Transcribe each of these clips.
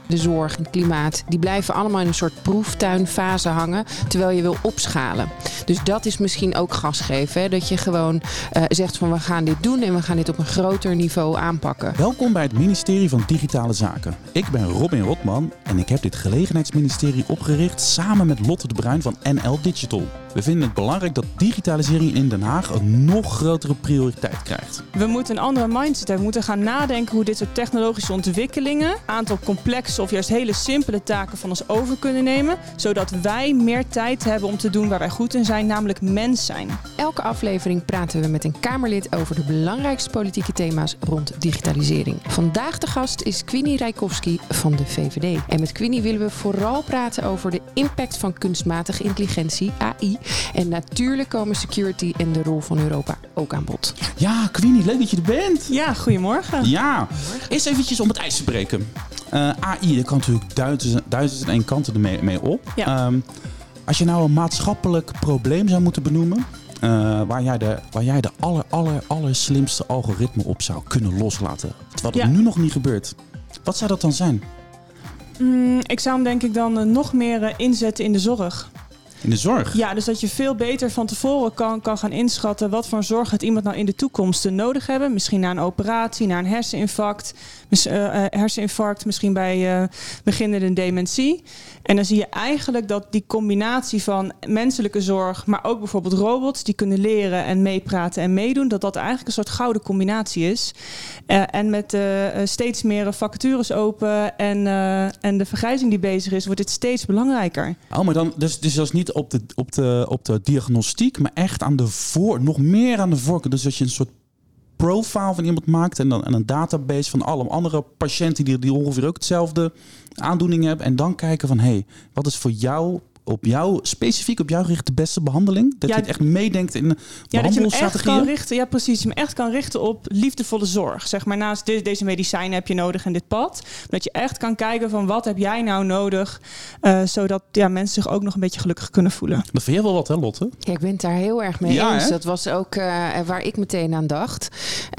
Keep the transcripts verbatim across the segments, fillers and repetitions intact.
de zorg en het klimaat, die blijven allemaal in een soort proeftuinfase hangen, terwijl je wil opschalen. Dus dat is misschien ook gas geven. Hè? Dat je gewoon uh, zegt van we gaan dit doen en we gaan dit op een groter niveau aanpakken. Welkom bij het ministerie van Digitale Zaken. Ik ben Robin Rotman en ik heb dit gelegenheidsministerie opgericht samen met Lotte de Bruin van N L Digital. We vinden het belangrijk dat digitalisering in Den Haag een nog grotere prioriteit krijgt. We moeten een andere mindset hebben. We moeten gaan nadenken hoe dit soort technologische ontwikkelingen een aantal complexe of juist hele simpele taken van ons over kunnen nemen, zodat wij meer tijd hebben om te doen waar wij goed in zijn, namelijk mens zijn. Elke aflevering praten we met een Kamerlid over de belangrijkste politieke thema's rond digitalisering. Vandaag de gast is Queenie Rijkowski van de V V D. En met Queenie willen we vooral praten over de impact van kunstmatige intelligentie, A I. En natuurlijk komen security en de rol van Europa ook aan bod. Ja, Queenie, leuk dat je er bent. Ja, goedemorgen. Ja, Goedemorgen. Eerst eventjes om het ijs te breken. Uh, A I, daar kan natuurlijk duizend, duizend en één kanten ermee mee op. Ja. Um, als je nou een maatschappelijk probleem zou moeten benoemen, Uh, waar jij de, waar jij de aller, aller, aller slimste algoritme op zou kunnen loslaten, terwijl dat ja. nu nog niet gebeurt. Wat zou dat dan zijn? Mm, ik zou hem denk ik dan uh, nog meer uh, inzetten in de zorg. In de zorg? Ja, dus dat je veel beter van tevoren kan, kan gaan inschatten wat voor zorg het iemand nou in de toekomst nodig hebben. Misschien na een operatie, na een herseninfarct, mis, uh, uh, herseninfarct misschien bij uh, beginnende dementie. En dan zie je eigenlijk dat die combinatie van menselijke zorg, maar ook bijvoorbeeld robots die kunnen leren en meepraten en meedoen, dat dat eigenlijk een soort gouden combinatie is. Uh, en met uh, steeds meer vacatures open en, uh, en de vergrijzing die bezig is, wordt dit steeds belangrijker. Oh, maar dan, dus, dus dat is niet op de, op, de, op de diagnostiek, maar echt aan de voor, nog meer aan de voorkant. Dus als je een soort profile van iemand maakt en dan en een database van alle andere patiënten die, die ongeveer ook hetzelfde aandoening hebben. En dan kijken van, hé, hey, wat is voor jou, op jou, specifiek op jou gericht de beste behandeling? Dat ja, je het echt meedenkt in de ja, dat je hem echt kan richten. richten. Ja, precies. Je hem echt kan richten op liefdevolle zorg. Zeg maar, naast dit, deze medicijnen heb je nodig en dit pad. Dat je echt kan kijken van wat heb jij nou nodig, uh, zodat ja, mensen zich ook nog een beetje gelukkig kunnen voelen. Dat vind je wel wat, hè, Lotte? Ja, ik ben het daar heel erg mee ja, eens. Hè? Dat was ook uh, waar ik meteen aan dacht.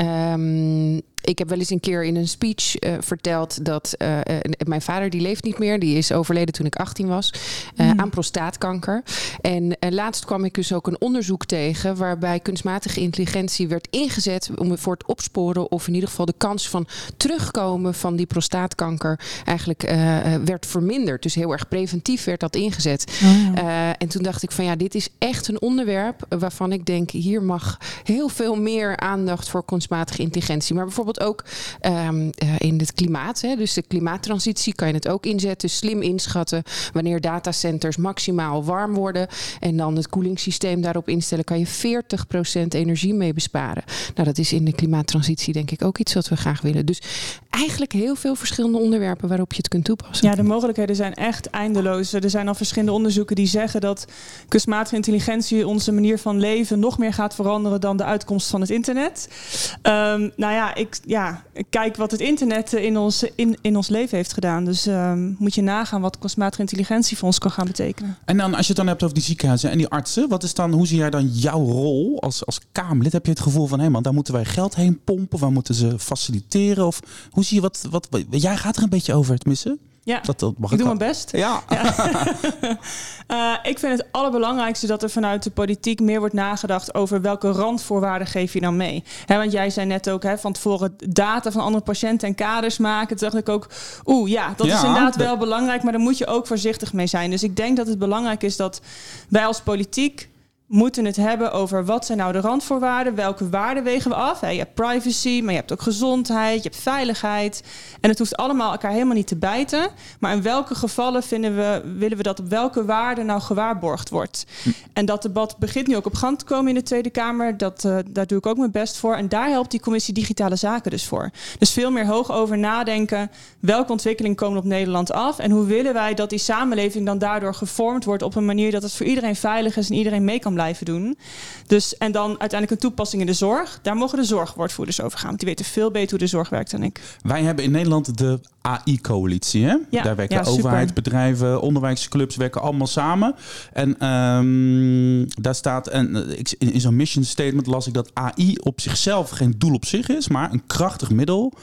Um, Ik heb wel eens een keer in een speech uh, verteld dat uh, uh, mijn vader, die leeft niet meer. Die is overleden toen ik achttien was. Uh, mm. Aan prostaatkanker. En uh, laatst kwam ik dus ook een onderzoek tegen waarbij kunstmatige intelligentie werd ingezet om voor het opsporen of in ieder geval de kans van terugkomen van die prostaatkanker eigenlijk uh, werd verminderd. Dus heel erg preventief werd dat ingezet. Oh, ja. uh, en toen dacht ik van ja, dit is echt een onderwerp waarvan ik denk hier mag heel veel meer aandacht voor kunstmatige intelligentie. Maar bijvoorbeeld ook um, uh, in het klimaat. Hè. Dus de klimaattransitie kan je het ook inzetten. Slim inschatten wanneer datacenters maximaal warm worden. En dan het koelingssysteem daarop instellen. Kan je veertig procent energie mee besparen. Nou, dat is in de klimaattransitie denk ik ook iets wat we graag willen. Dus eigenlijk heel veel verschillende onderwerpen waarop je het kunt toepassen. Ja, de mogelijkheden zijn echt eindeloos. Er zijn al verschillende onderzoeken die zeggen dat kunstmatige intelligentie onze manier van leven nog meer gaat veranderen dan de uitkomst van het internet. Um, nou ja, ik Ja, kijk wat het internet in ons, in, in ons leven heeft gedaan. Dus um, moet je nagaan wat kunstmatige intelligentie voor ons kan gaan betekenen. En dan als je het dan hebt over die ziekenhuizen en die artsen, wat is dan, hoe zie jij dan jouw rol als, als Kamerlid? Heb je het gevoel van, hé man, daar moeten wij geld heen pompen, waar moeten ze faciliteren? Of hoe zie je wat, wat, wat jij gaat er een beetje over, tenminste? Ja, dat, dat mag ik ik doe al. mijn best. Ja. ja. uh, ik vind het allerbelangrijkste dat er vanuit de politiek meer wordt nagedacht over welke randvoorwaarden geef je dan mee. He, want jij zei net ook he, van tevoren data van andere patiënten en kaders maken. Toen dacht ik ook, oeh ja, dat ja, is inderdaad wel de... belangrijk, maar daar moet je ook voorzichtig mee zijn. Dus ik denk dat het belangrijk is dat wij als politiek moeten het hebben over wat zijn nou de randvoorwaarden, welke waarden wegen we af. Je hebt privacy, maar je hebt ook gezondheid, je hebt veiligheid. En het hoeft allemaal elkaar helemaal niet te bijten. Maar in welke gevallen vinden we, willen we dat op welke waarden nou gewaarborgd wordt? Hm. En dat debat begint nu ook op gang te komen in de Tweede Kamer. Dat, uh, daar doe ik ook mijn best voor. En daar helpt die commissie Digitale Zaken dus voor. Dus veel meer hoog over nadenken. Welke ontwikkelingen komen op Nederland af? En hoe willen wij dat die samenleving dan daardoor gevormd wordt op een manier dat het voor iedereen veilig is en iedereen mee kan blijven doen. Dus, en dan uiteindelijk een toepassing in de zorg. Daar mogen de zorgwoordvoerders over gaan. Want die weten veel beter hoe de zorg werkt dan ik. Wij hebben in Nederland de A I-coalitie. Hè? Ja, Daar werken ja, overheid, bedrijven, onderwijsclubs werken allemaal samen. En um, daar staat, en in, in zo'n mission statement las ik dat A I op zichzelf geen doel op zich is, maar een krachtig middel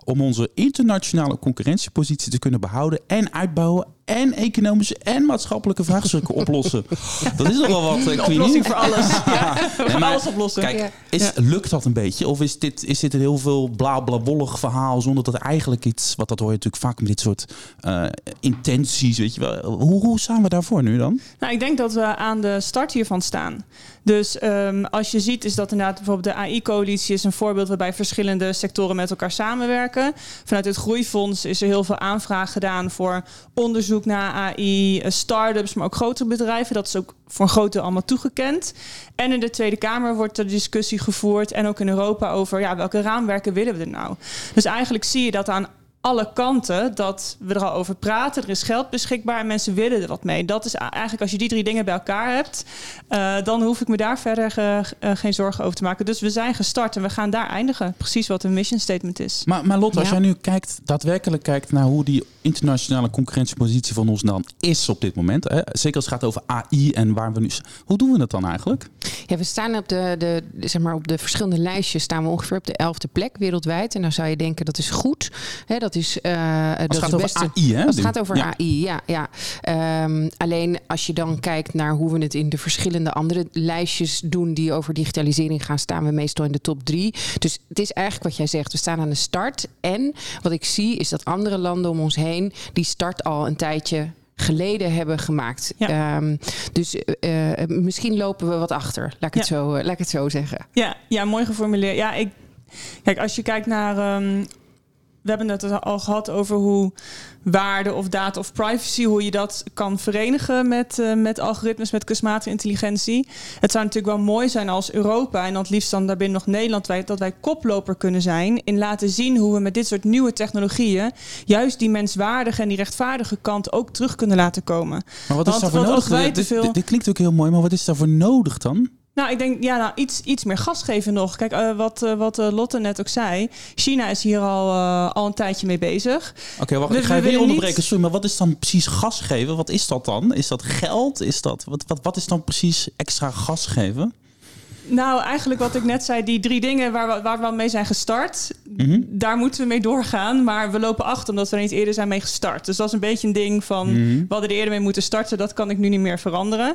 om onze internationale concurrentiepositie te kunnen behouden en uitbouwen en economische en maatschappelijke vraagstukken oplossen. Dat is toch wel wat, Een oplossing voor alles. Ja, we gaan maar, alles oplossen. Kijk, is, lukt dat een beetje? Of is dit, is dit een heel veel bla bla wollig verhaal zonder dat er eigenlijk iets, wat dat hoor je natuurlijk vaak met dit soort uh, intenties, weet je wel. Hoe, hoe staan we daarvoor nu dan? Nou, ik denk dat we aan de start hiervan staan. Dus um, als je ziet is dat inderdaad bijvoorbeeld de A I-coalitie is een voorbeeld waarbij verschillende sectoren met elkaar samenwerken. Vanuit het Groeifonds is er heel veel aanvraag gedaan voor onderzoek naar A I, start-ups, maar ook grotere bedrijven. Dat is ook voor een groot deel allemaal toegekend. En in de Tweede Kamer wordt er discussie gevoerd en ook in Europa over ja, welke raamwerken willen we er nou. Dus eigenlijk zie je dat aan alle kanten dat we er al over praten. Er is geld beschikbaar en mensen willen er wat mee. Dat is eigenlijk als je die drie dingen bij elkaar hebt, uh, dan hoef ik me daar verder uh, uh, geen zorgen over te maken. Dus we zijn gestart en we gaan daar eindigen. Precies wat een mission statement is. Maar, maar Lotte, als Ja. jij nu kijkt, daadwerkelijk kijkt naar hoe die internationale concurrentiepositie van ons dan is op dit moment. Hè? Zeker als het gaat over A I en waar we nu. Hoe doen we dat dan eigenlijk? Ja, we staan op de, de, de, zeg maar op de verschillende lijstjes staan we ongeveer op de elfde plek wereldwijd. En dan zou je denken dat is goed. Hè, dat is, uh, Als dat het gaat is over best een- A I, hè? Als het gaat over Ja. A I, ja. ja. Um, alleen als je dan kijkt naar hoe we het in de verschillende andere lijstjes doen die over digitalisering gaan, staan we meestal in de top drie. Dus het is eigenlijk wat jij zegt. We staan aan de start. En wat ik zie is dat andere landen om ons heen die start al een tijdje geleden hebben gemaakt. Ja. Um, dus uh, uh, misschien lopen we wat achter. Laat ik, het, Ja. zo, uh, laat ik het zo zeggen. Ja, ja, mooi geformuleerd. Ja, ik, kijk, als je kijkt naar um, we hebben het al gehad over hoe waarde of data of privacy, hoe je dat kan verenigen met, uh, met algoritmes, met kunstmatige intelligentie. Het zou natuurlijk wel mooi zijn als Europa, en dan het liefst dan daarbinnen nog Nederland, wij, dat wij koploper kunnen zijn in laten zien hoe we met dit soort nieuwe technologieën juist die menswaardige en die rechtvaardige kant ook terug kunnen laten komen. Maar wat is Want- daarvoor want nodig? als wij Dit, te dit, veel- dit, dit klinkt ook heel mooi, maar wat is daarvoor nodig dan? Nou, ik denk ja, nou, iets, iets meer gas geven nog. Kijk, uh, wat, uh, wat uh, Lotte net ook zei. China is hier al, uh, al een tijdje mee bezig. Oké, okay, wacht. We- Ik ga we je weer willen onderbreken. niet- Sorry, maar wat is dan precies gas geven? Wat is dat dan? Is dat geld? Is dat, wat, wat, wat is dan precies extra gas geven? Nou, eigenlijk wat ik net zei, die drie dingen waar we, waar we al mee zijn gestart, Mm-hmm. daar moeten we mee doorgaan. Maar we lopen achter omdat we er niet eerder zijn mee gestart. Dus dat is een beetje een ding van, Mm-hmm. we hadden er eerder mee moeten starten. Dat kan ik nu niet meer veranderen.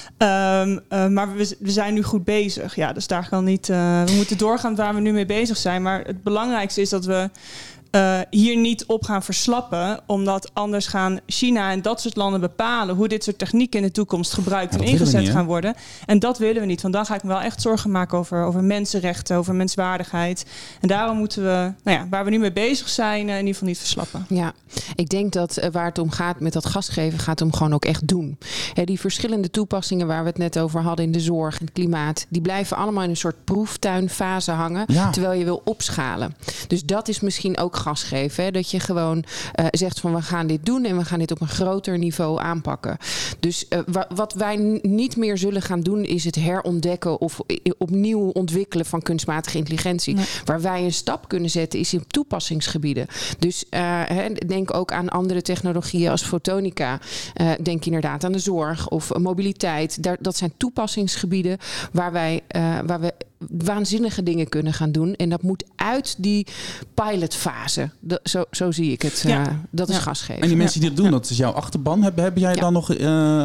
Um, uh, maar we, we zijn nu goed bezig. Ja, dus daar kan niet. Uh, we moeten doorgaan waar we nu mee bezig zijn. Maar het belangrijkste is dat we Uh, hier niet op gaan verslappen, omdat anders gaan China en dat soort landen bepalen hoe dit soort technieken in de toekomst gebruikt Ja, en dat willen we ingezet niet, hè? gaan worden. En dat willen we niet, want dan ga ik me wel echt zorgen maken over, over mensenrechten, over menswaardigheid. En daarom moeten we, nou ja, waar we nu mee bezig zijn, uh, in ieder geval niet verslappen. Ja, ik denk dat uh, waar het om gaat met dat gasgeven, gaat om gewoon ook echt doen. Hè, die verschillende toepassingen waar we het net over hadden in de zorg en het klimaat, die blijven allemaal in een soort proeftuinfase hangen, Ja. terwijl je wil opschalen. Dus dat is misschien ook gas geven. Hè? Dat je gewoon uh, zegt van we gaan dit doen en we gaan dit op een groter niveau aanpakken. Dus uh, wa- wat wij n- niet meer zullen gaan doen is het herontdekken of i- opnieuw ontwikkelen van kunstmatige intelligentie. Nee. Waar wij een stap kunnen zetten is in toepassingsgebieden. Dus uh, hè, denk ook aan andere technologieën als fotonica. Uh, denk inderdaad aan de zorg of mobiliteit. Daar, dat zijn toepassingsgebieden waar wij, uh, waar we waanzinnige dingen kunnen gaan doen. En dat moet uit die pilotfase. Dat, zo, zo zie ik het. Uh, Ja. dat is Ja. gas geven. En die mensen die dat doen, dat is jouw achterban. Heb, heb jij Ja. dan nog uh,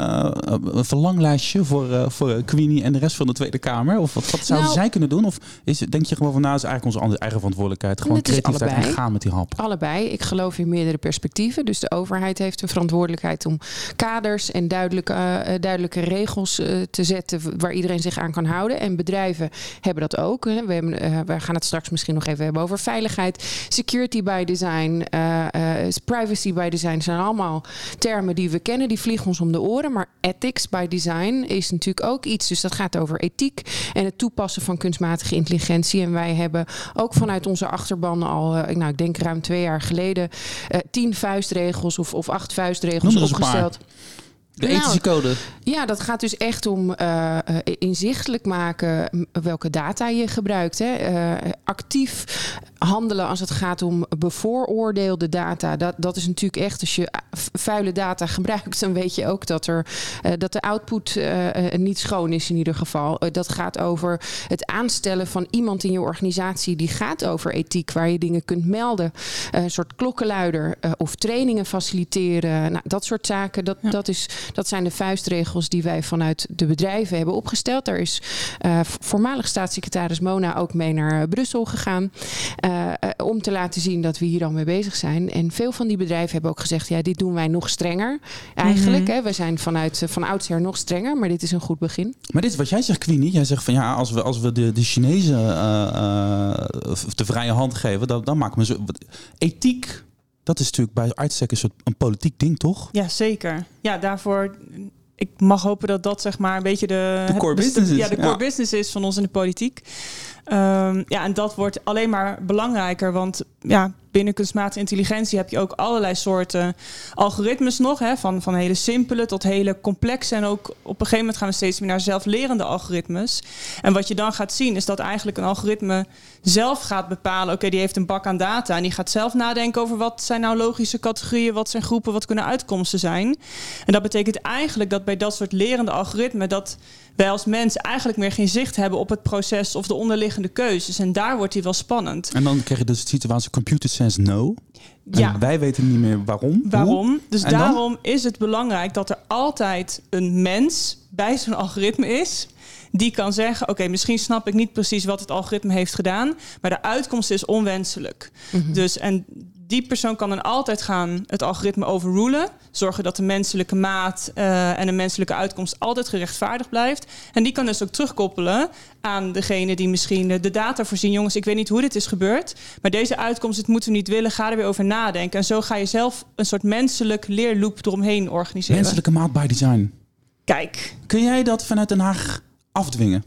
een verlanglijstje voor, uh, voor Queenie en de rest van de Tweede Kamer? Of wat, wat zouden Nou, zij kunnen doen? Of is, het- denk je gewoon van, nou, is eigenlijk onze eigen verantwoordelijkheid. Gewoon Het is creativiteit en allebei. gaan met die hap. Allebei. Ik geloof in meerdere perspectieven. Dus de overheid heeft een verantwoordelijkheid om kaders en duidelijke, uh, duidelijke regels uh, te zetten waar iedereen zich aan kan houden. En bedrijven hebben dat ook. Hè. We, hebben, uh, we gaan het straks misschien nog even hebben over veiligheid, security by design, uh, uh, privacy by design. Zijn allemaal termen die we kennen. Die vliegen ons om de oren. Maar ethics by design is natuurlijk ook iets. Dus dat gaat over ethiek en het toepassen van kunstmatige intelligentie. En wij hebben ook vanuit onze achterban al, uh, nou, ik denk ruim twee jaar geleden, uh, tien vuistregels of, of acht vuistregels Noem er eens een opgesteld. De Nou, ethische code. Ja, dat gaat dus echt om uh, uh, inzichtelijk maken m- welke data je gebruikt. Hè. Uh, actief handelen als het gaat om bevooroordeelde data. Dat, dat is natuurlijk echt, als je vuile data gebruikt, dan weet je ook dat, er, uh, dat de output uh, niet schoon is in ieder geval. Uh, dat gaat over het aanstellen van iemand in je organisatie die gaat over ethiek, waar je dingen kunt melden. Uh, een soort klokkenluider uh, of trainingen faciliteren. Nou, dat soort zaken, dat, ja. dat, is, dat zijn de vuistregels die wij vanuit de bedrijven hebben opgesteld. Daar is uh, voormalig staatssecretaris Mona ook mee naar Brussel gegaan. Uh, uh, om te laten zien dat we hier al mee bezig zijn. En veel van die bedrijven hebben ook gezegd, ja, dit doen wij nog strenger. Eigenlijk, mm-hmm. hè, we zijn vanuit uh, van oudsher nog strenger, maar dit is een goed begin. Maar dit is wat jij zegt, Queenie. Jij zegt van ja, als we, als we de, de Chinezen uh, uh, de vrije hand geven, dan, dan maken we zo. Ethiek, dat is natuurlijk bij uitstek een soort een politiek ding, toch? Ja, zeker. Ja, daarvoor. Ik mag hopen dat dat zeg maar een beetje de, de core business is. Ja, de core ja. business is van ons in de politiek. Um, ja, en dat wordt alleen maar belangrijker, want ja, binnen kunstmatige intelligentie heb je ook allerlei soorten algoritmes nog, hè, van, van hele simpele tot hele complexe. En ook op een gegeven moment gaan we steeds meer naar zelflerende algoritmes. En wat je dan gaat zien is dat eigenlijk een algoritme zelf gaat bepalen, oké, okay, die heeft een bak aan data en die gaat zelf nadenken over wat zijn nou logische categorieën, wat zijn groepen, wat kunnen uitkomsten zijn. En dat betekent eigenlijk dat bij dat soort lerende algoritmen dat wij als mens eigenlijk meer geen zicht hebben op het proces of de onderliggende keuzes. En daar wordt hij wel spannend. En dan krijg je de situatie computer says no. En ja. wij weten niet meer waarom. Waarom? Hoe? Dus en daarom dan? is het belangrijk dat er altijd een mens bij zo'n algoritme is die kan zeggen, oké, okay, misschien snap ik niet precies wat het algoritme heeft gedaan, maar de uitkomst is onwenselijk. Mm-hmm. Dus en die persoon kan dan altijd gaan het algoritme overrulen, zorgen dat de menselijke maat uh, en de menselijke uitkomst altijd gerechtvaardigd blijft. En die kan dus ook terugkoppelen aan degene die misschien de data voorzien. Jongens, ik weet niet hoe dit is gebeurd, maar deze uitkomst, dit moeten we niet willen, ga er weer over nadenken. En zo ga je zelf een soort menselijk leerloop eromheen organiseren. Menselijke maat by design. Kijk. Kun jij dat vanuit Den Haag afdwingen?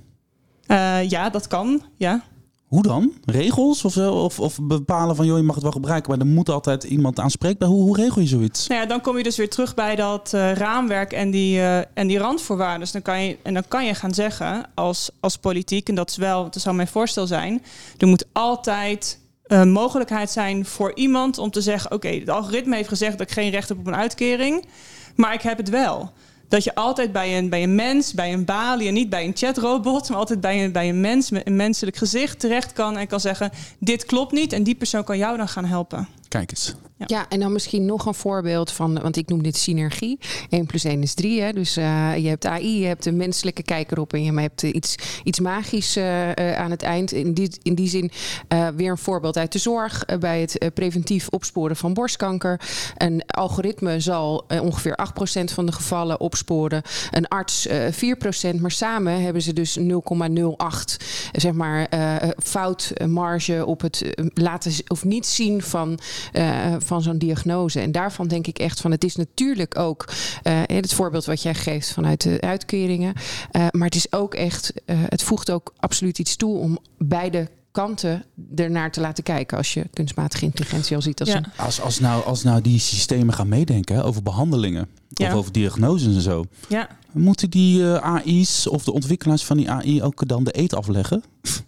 Uh, ja, dat kan, ja. Hoe dan? Regels? Of, of, of bepalen van, joh, je mag het wel gebruiken, maar er moet altijd iemand aanspreekbaar. Hoe, hoe regel je zoiets? Nou ja, dan kom je dus weer terug bij dat uh, raamwerk en die, uh, en die randvoorwaarden. Dus dan kan je, en dan kan je gaan zeggen als, als politiek, en dat is wel, dat zou mijn voorstel zijn, er moet altijd uh, mogelijkheid zijn voor iemand om te zeggen, oké, okay, het algoritme heeft gezegd dat ik geen recht heb op een uitkering, maar ik heb het wel. Dat je altijd bij een, bij een mens, bij een balie en niet bij een chatrobot, maar altijd bij een, bij een mens met een menselijk gezicht terecht kan en kan zeggen, dit klopt niet en die persoon kan jou dan gaan helpen. Kijk eens. Ja. ja, en dan misschien nog een voorbeeld van, want ik noem dit synergie. één plus één is drie. Hè? Dus uh, je hebt A I, je hebt een menselijke kijker op en je hebt iets, iets magisch uh, uh, aan het eind. In die, in die zin uh, weer een voorbeeld uit de zorg uh, bij het uh, preventief opsporen van borstkanker. Een algoritme zal uh, ongeveer acht procent van de gevallen opsporen. Een arts uh, vier procent, maar samen hebben ze dus nul komma nul acht zeg maar uh, foutmarge op het uh, laten of niet zien van Uh, van zo'n diagnose. En daarvan denk ik echt van, het is natuurlijk ook uh, het voorbeeld wat jij geeft vanuit de uitkeringen. Uh, maar het is ook echt, uh, het voegt ook absoluut iets toe om beide kanten ernaar te laten kijken als je kunstmatige intelligentie al ziet als ja. een... Als, als, nou, als nou die systemen gaan meedenken hè, over behandelingen ja. of over diagnoses en zo. Ja. Moeten die uh, A I's of de ontwikkelaars van die A I ook dan de eet afleggen?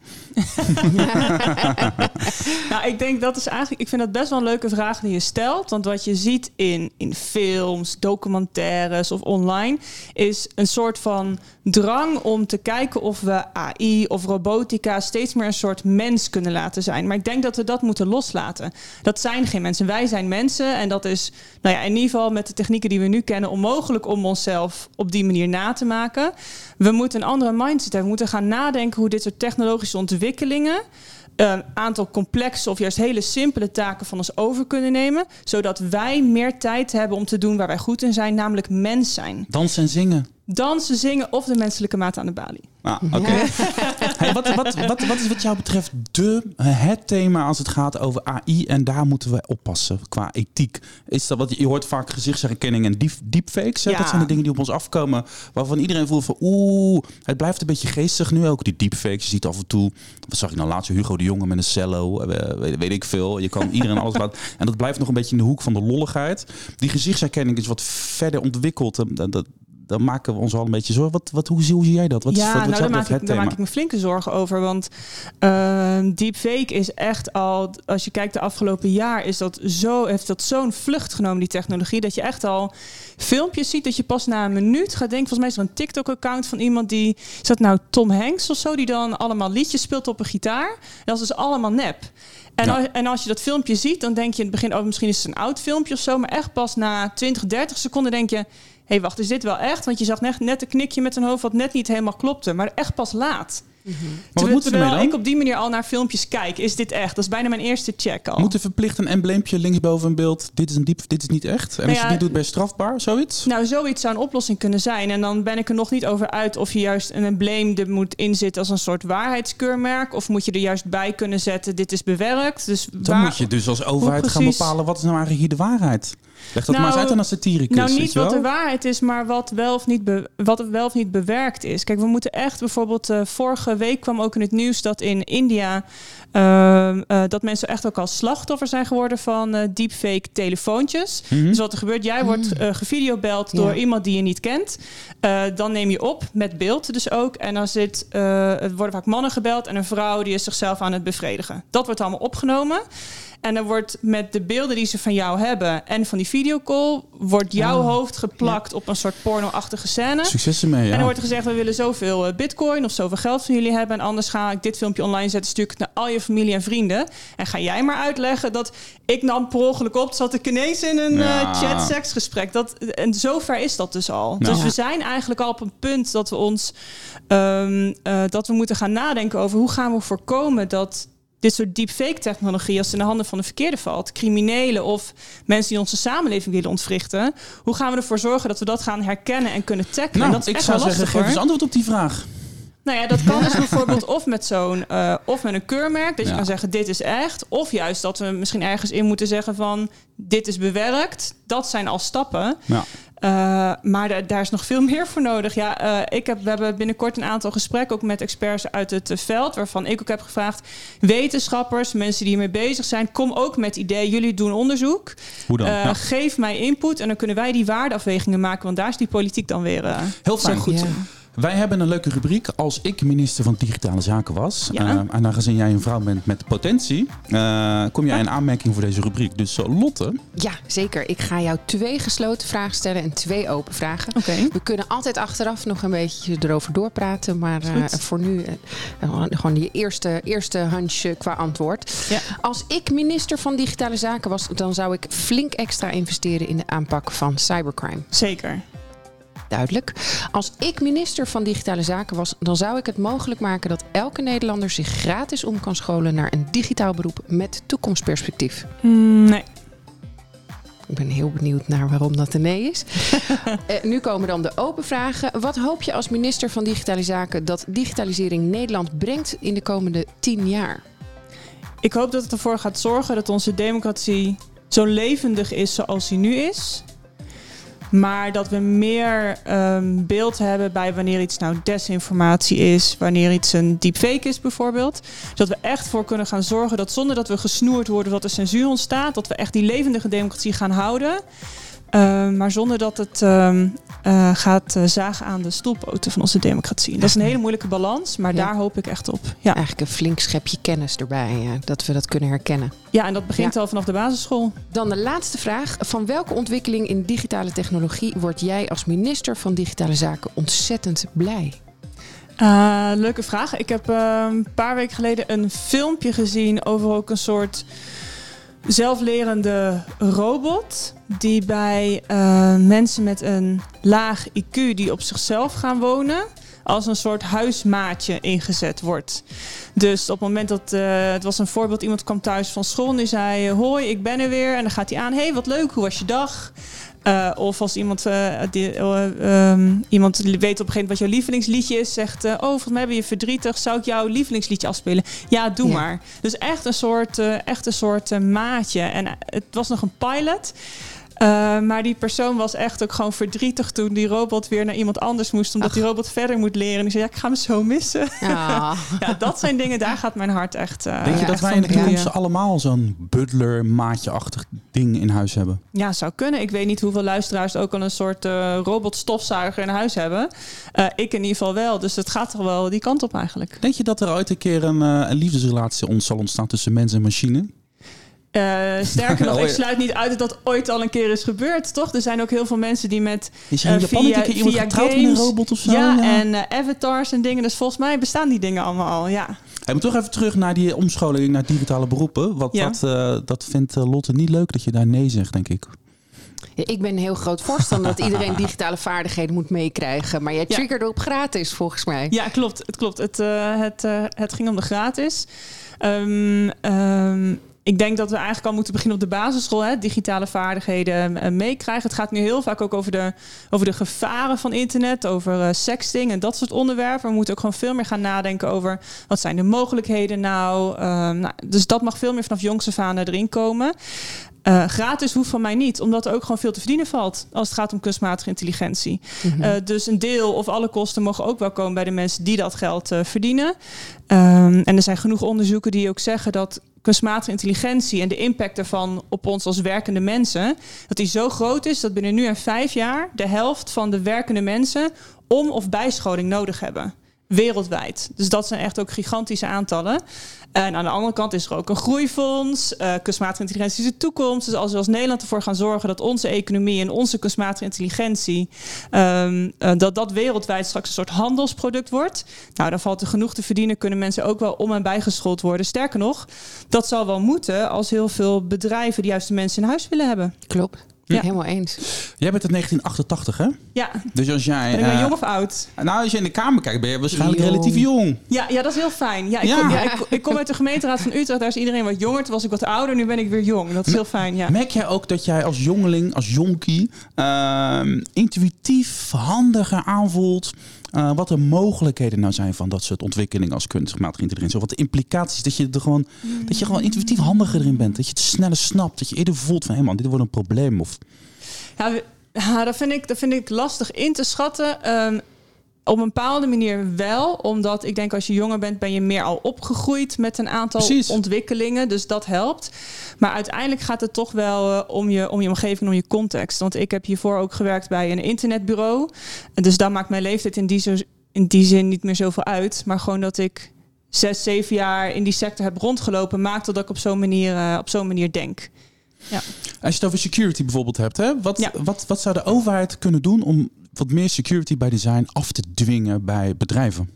Nou, ik denk dat is eigenlijk, ik vind dat best wel een leuke vraag die je stelt. Want wat je ziet in, in films, documentaires of online, is een soort van drang om te kijken of we A I of robotica steeds meer een soort mens kunnen laten zijn. Maar ik denk dat we dat moeten loslaten. Dat zijn geen mensen. Wij zijn mensen. En dat is, nou ja, in ieder geval met de technieken die we nu kennen, onmogelijk om onszelf op die manier na te maken. We moeten een andere mindset hebben. We moeten gaan nadenken hoe dit soort technologische ontwikkelingen een aantal complexe of juist hele simpele taken van ons over kunnen nemen, zodat wij meer tijd hebben om te doen waar wij goed in zijn, namelijk mens zijn. Dansen en zingen. Dansen, zingen of de menselijke maat aan de balie. Ah, oké. Okay. Hey, wat, wat, wat, wat is wat jou betreft de, het thema als het gaat over A I en daar moeten we oppassen qua ethiek? Is dat wat je hoort vaak gezichtsherkenning en deep, deepfakes? Ja. Dat zijn de dingen die op ons afkomen waarvan iedereen voelt van oeh, het blijft een beetje geestig nu ook die deepfakes. Je ziet af en toe, wat zag ik nou laatst, Hugo de Jonge met een cello, weet, weet ik veel. Je kan iedereen alles laten en dat blijft nog een beetje in de hoek van de lolligheid. Die gezichtsherkenning is wat verder ontwikkeld. Dat, dat, dan maken we ons al een beetje zorgen. Wat, wat, hoe, hoe zie jij dat? Wat ja, is, wat, nou, wat daar, maak het ik, daar thema? maak ik me flinke zorgen over. Want uh, deepfake is echt al... Als je kijkt de afgelopen jaar... Is dat zo, heeft dat zo'n vlucht genomen, die technologie... dat je echt al filmpjes ziet... dat je pas na een minuut gaat denken... volgens mij is er een TikTok-account van iemand die... Is dat nou Tom Hanks of zo? Die dan allemaal liedjes speelt op een gitaar. Dat is dus allemaal nep. En, ja. als, en als je dat filmpje ziet, dan denk je in het begin... oh, misschien is het een oud filmpje of zo... maar echt pas na twintig, dertig seconden denk je... hé, hey, wacht, is dit wel echt? Want je zag net, net een knikje met zijn hoofd... wat net niet helemaal klopte, maar echt pas laat. Mm-hmm. Maar Terwijl, wat moeten we ermee dan? ik op die manier al naar filmpjes kijk. Is dit echt? Dat is bijna mijn eerste check al. Moet er verplicht een embleempje linksboven een beeld... dit is, een diep, dit is niet echt? En nou als ja, je dit doet, ben je strafbaar? Zoiets? Nou, zoiets zou een oplossing kunnen zijn. En dan ben ik er nog niet over uit... of je juist een embleem er moet inzetten... als een soort waarheidskeurmerk. Of moet je er juist bij kunnen zetten... dit is bewerkt. Dus dan waar, moet je dus als overheid gaan bepalen... wat is nou eigenlijk hier de waarheid? Leg dat nou, maar eens uit aan een satiricus. Nou, niet wat de waarheid is, maar wat wel of niet, be, wat wel of niet bewerkt is. Kijk, we moeten echt bijvoorbeeld... Uh, vorige week kwam ook in het nieuws dat in India... Uh, uh, dat mensen echt ook al slachtoffer zijn geworden van uh, deepfake telefoontjes. Mm-hmm. Dus wat er gebeurt, jij wordt uh, gevideobeld door ja. iemand die je niet kent. Uh, dan neem je op, met beeld dus ook. En dan zit, uh, het worden vaak mannen gebeld en een vrouw die is zichzelf aan het bevredigen. Dat wordt allemaal opgenomen. En dan wordt met de beelden die ze van jou hebben en van die videocall... wordt jouw oh, hoofd geplakt ja. op een soort porno-achtige scène. Succes ermee, ja. En dan wordt er gezegd, we willen zoveel bitcoin of zoveel geld van jullie hebben... en anders ga ik dit filmpje online zetten, stuur ik het naar al je familie en vrienden. En ga jij maar uitleggen dat ik nam per ongeluk op... zat ik ineens in een ja. uh, chat-seksgesprek. Dat, en zover is dat dus al. Nou. Dus we zijn eigenlijk al op een punt dat we ons... Um, uh, dat we moeten gaan nadenken over hoe gaan we voorkomen dat... dit soort deepfake-technologie, als het in de handen van de verkeerde valt... criminelen of mensen die onze samenleving willen ontwrichten... hoe gaan we ervoor zorgen dat we dat gaan herkennen en kunnen tackelen? Nou, dat is ik echt zou wel zeggen, lastig, geef eens antwoord op die vraag. Nou ja, dat kan dus bijvoorbeeld of met zo'n... Uh, of met een keurmerk, dat je ja. kan zeggen, dit is echt. Of juist dat we misschien ergens in moeten zeggen van... dit is bewerkt. Dat zijn al stappen. Ja. Uh, maar da- daar is nog veel meer voor nodig. Ja, uh, ik heb, we hebben binnenkort een aantal gesprekken... ook met experts uit het uh, veld... waarvan ik ook heb gevraagd... wetenschappers, mensen die hiermee bezig zijn... kom ook met ideeën. Jullie doen onderzoek. Hoe dan? Uh, ja. Geef mij input en dan kunnen wij die waardeafwegingen maken... want daar is die politiek dan weer uh, heel fijn. zo goed. Ja. Wij hebben een leuke rubriek. Als ik minister van Digitale Zaken was... Ja. Uh, en aangezien jij een vrouw bent met potentie... Uh, kom jij in aanmerking voor deze rubriek. Dus uh, Lotte... Ja, zeker. Ik ga jou twee gesloten vragen stellen en twee open vragen. Okay. We kunnen altijd achteraf nog een beetje erover doorpraten. Maar uh, voor nu uh, gewoon die eerste, eerste hunch qua antwoord. Ja. Als ik minister van Digitale Zaken was... dan zou ik flink extra investeren in de aanpak van cybercrime. Zeker. Duidelijk. Als ik minister van Digitale Zaken was... dan zou ik het mogelijk maken dat elke Nederlander zich gratis om kan scholen... naar een digitaal beroep met toekomstperspectief. Mm, nee. Ik ben heel benieuwd naar waarom dat een nee is. uh, nu komen dan de open vragen. Wat hoop je als minister van Digitale Zaken... dat digitalisering Nederland brengt in de komende tien jaar? Ik hoop dat het ervoor gaat zorgen dat onze democratie... zo levendig is zoals die nu is... Maar dat we meer um, beeld hebben bij wanneer iets nou desinformatie is... wanneer iets een deepfake is bijvoorbeeld. Dat we echt voor kunnen gaan zorgen dat zonder dat we gesnoerd worden... dat er censuur ontstaat, dat we echt die levendige democratie gaan houden... Uh, maar zonder dat het uh, uh, gaat uh, zagen aan de stoelpoten van onze democratie. Dat is een hele moeilijke balans, maar ja. daar hoop ik echt op. Ja. Eigenlijk een flink schepje kennis erbij, ja, dat we dat kunnen herkennen. Ja, en dat begint ja. al vanaf de basisschool. Dan de laatste vraag. Van welke ontwikkeling in digitale technologie word jij als minister van Digitale Zaken ontzettend blij? Uh, leuke vraag. Ik heb uh, een paar weken geleden een filmpje gezien over ook een soort... zelflerende robot die bij uh, mensen met een laag I Q die op zichzelf gaan wonen als een soort huismaatje ingezet wordt. Dus op het moment dat, uh, het was een voorbeeld, iemand kwam thuis van school en die zei, hoi, ik ben er weer. En dan gaat hij aan, hey, wat leuk, hoe was je dag? Uh, of als iemand, uh, die, uh, um, iemand weet op een gegeven moment wat jouw lievelingsliedje is, zegt, uh, oh, volgens mij ben je verdrietig, zou ik jouw lievelingsliedje afspelen? Ja, doe ja. maar. Dus echt een soort, uh, echt een soort uh, maatje. En uh, het was nog een pilot. Uh, maar die persoon was echt ook gewoon verdrietig toen die robot weer naar iemand anders moest. Omdat Ach. die robot verder moet leren. En die zei, ja, ik ga hem zo missen. Ja. ja, dat zijn dingen, daar gaat mijn hart echt uh, Denk je ja, dat wij in de toekomst ja. allemaal zo'n butler, maatje-achtig ding in huis hebben? Ja, zou kunnen. Ik weet niet hoeveel luisteraars ook al een soort uh, robotstofzuiger in huis hebben. Uh, ik in ieder geval wel. Dus het gaat toch wel die kant op eigenlijk. Denk je dat er ooit een keer een, uh, een liefdesrelatie ons zal ontstaan tussen mens en machine? Uh, sterker nog, ik sluit niet uit dat dat ooit al een keer is gebeurd, toch? Er zijn ook heel veel mensen die met is uh, via, een keer iemand via games, met een robot of zo? Ja, ja. en uh, avatars en dingen. Dus volgens mij bestaan die dingen allemaal al, ja. Hey, maar toch even terug naar die omscholing naar digitale beroepen. Wat, ja. dat, uh, dat vindt uh, Lotte niet leuk dat je daar nee zegt, denk ik. Ja, ik ben een heel groot voorstander dat iedereen digitale vaardigheden moet meekrijgen. Maar jij triggerde ja. op gratis, volgens mij. Ja, klopt. Het klopt. Het, uh, het, uh, het ging om de gratis. Um, um, Ik denk dat we eigenlijk al moeten beginnen op de basisschool. Hè, digitale vaardigheden meekrijgen. Het gaat nu heel vaak ook over de, over de gevaren van internet. Over uh, sexting en dat soort onderwerpen. We moeten ook gewoon veel meer gaan nadenken over wat zijn de mogelijkheden nou. Uh, nou dus dat mag veel meer vanaf jongs af aan erin komen. Uh, gratis hoeft van mij niet, omdat er ook gewoon veel te verdienen valt als het gaat om kunstmatige intelligentie. Mm-hmm. Uh, dus een deel of alle kosten mogen ook wel komen bij de mensen die dat geld uh, verdienen. Um, en er zijn genoeg onderzoeken die ook zeggen dat kunstmatige intelligentie en de impact daarvan op ons als werkende mensen, dat die zo groot is dat binnen nu en vijf jaar de helft van de werkende mensen om- of bijscholing nodig hebben. Wereldwijd. Dus dat zijn echt ook gigantische aantallen. En aan de andere kant is er ook een groeifonds. Uh, kunstmatige intelligentie is de toekomst. Dus als we als Nederland ervoor gaan zorgen dat onze economie en onze kunstmatige intelligentie, um, uh, dat dat wereldwijd straks een soort handelsproduct wordt. Nou, dan valt er genoeg te verdienen. Kunnen mensen ook wel om- en bijgeschoold worden. Sterker nog, dat zal wel moeten als heel veel bedrijven de juiste mensen in huis willen hebben. Klopt. Ja, helemaal eens. Jij bent uit negentien achtentachtig, hè? Ja. Dus als jij... Ben ik nou uh, jong of oud? Nou, als je in de kamer kijkt, ben je waarschijnlijk jong. relatief jong. Ja, ja, dat is heel fijn. Ja, ik, ja. Kom, ja, ik, ik kom uit de gemeenteraad van Utrecht. Daar is iedereen wat jonger. Toen was ik wat ouder. Nu ben ik weer jong. Dat is heel fijn, ja. Merk jij ook dat jij als jongeling, als jonkie, uh, intuïtief handiger aanvoelt Uh, wat de mogelijkheden nou zijn van dat soort ontwikkelingen als kunstmatige intelligentie? Of wat de implicaties, dat je er gewoon, mm. dat je gewoon intuïtief handiger erin bent. Dat je het sneller snapt. Dat je eerder voelt van, hé man, dit wordt een probleem. Of... Ja, ja dat, vind ik, dat vind ik lastig in te schatten. Um, op een bepaalde manier wel. Omdat ik denk als je jonger bent, ben je meer al opgegroeid met een aantal Precies. ontwikkelingen. Dus dat helpt. Maar uiteindelijk gaat het toch wel uh, om, je, om je omgeving, om je context. Want ik heb hiervoor ook gewerkt bij een internetbureau. En dus daar maakt mijn leeftijd in die, zo, in die zin niet meer zoveel uit. Maar gewoon dat ik zes, zeven jaar in die sector heb rondgelopen, maakt dat ik op zo'n manier, uh, op zo'n manier denk. Ja. Als je het over security bijvoorbeeld hebt, hè? Wat, ja. wat, wat zou de overheid kunnen doen om wat meer security by design af te dwingen bij bedrijven?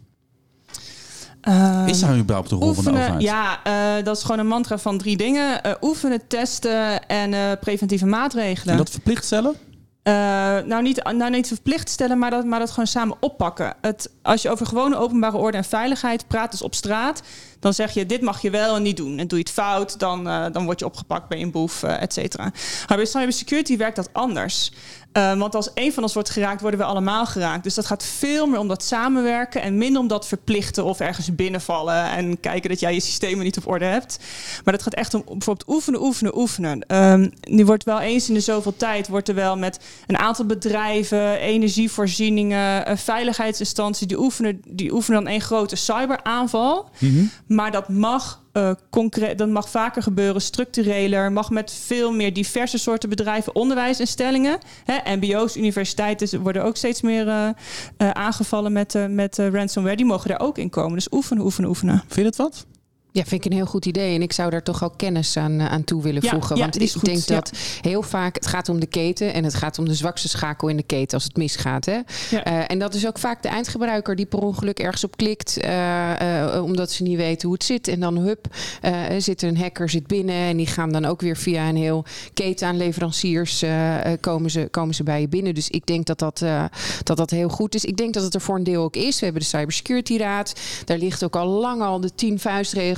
Um, is daar überhaupt de rol oefenen, van de overheid? Ja, uh, dat is gewoon een mantra van drie dingen. Uh, oefenen, testen en uh, preventieve maatregelen. En dat verplicht stellen? Uh, nou, niet, nou, niet verplicht stellen, maar dat, maar dat gewoon samen oppakken. Het, als je over gewone openbare orde en veiligheid praat, dus op straat, dan zeg je, dit mag je wel en niet doen. En doe je het fout, dan, uh, dan word je opgepakt, ben je een boef, uh, et cetera. Maar bij cybersecurity werkt dat anders. Uh, want als één van ons wordt geraakt, worden we allemaal geraakt. Dus dat gaat veel meer om dat samenwerken en minder om dat verplichten of ergens binnenvallen en kijken dat jij je systemen niet op orde hebt. Maar dat gaat echt om bijvoorbeeld oefenen, oefenen, oefenen. Um, nu wordt wel eens in de zoveel tijd, wordt er wel met een aantal bedrijven, energievoorzieningen, uh, veiligheidsinstanties, die oefenen, die oefenen dan één grote cyberaanval. Mm-hmm. Maar dat mag Uh, concreet, dat mag vaker gebeuren, structureler, mag met veel meer diverse soorten bedrijven, onderwijsinstellingen, hè, M B O's, universiteiten worden ook steeds meer uh, uh, aangevallen met, uh, met uh, ransomware. Die mogen daar ook in komen. Dus oefenen, oefenen, oefenen. Vind je dat wat? Ja, vind ik een heel goed idee. En ik zou daar toch ook kennis aan, aan toe willen voegen. Ja, ja, want ik goed, denk dat ja. heel vaak het gaat om de keten en het gaat om de zwakste schakel in de keten als het misgaat. Hè? Ja. Uh, en dat is ook vaak de eindgebruiker die per ongeluk ergens op klikt, uh, uh, omdat ze niet weten hoe het zit. En dan hup, uh, zit er een hacker zit binnen en die gaan dan ook weer via een heel keten aan leveranciers uh, komen, ze, komen ze bij je binnen. Dus ik denk dat dat, uh, dat dat heel goed is. Ik denk dat het er voor een deel ook is. We hebben de Cybersecurity Raad. Daar ligt ook al lang al de tien vuistregels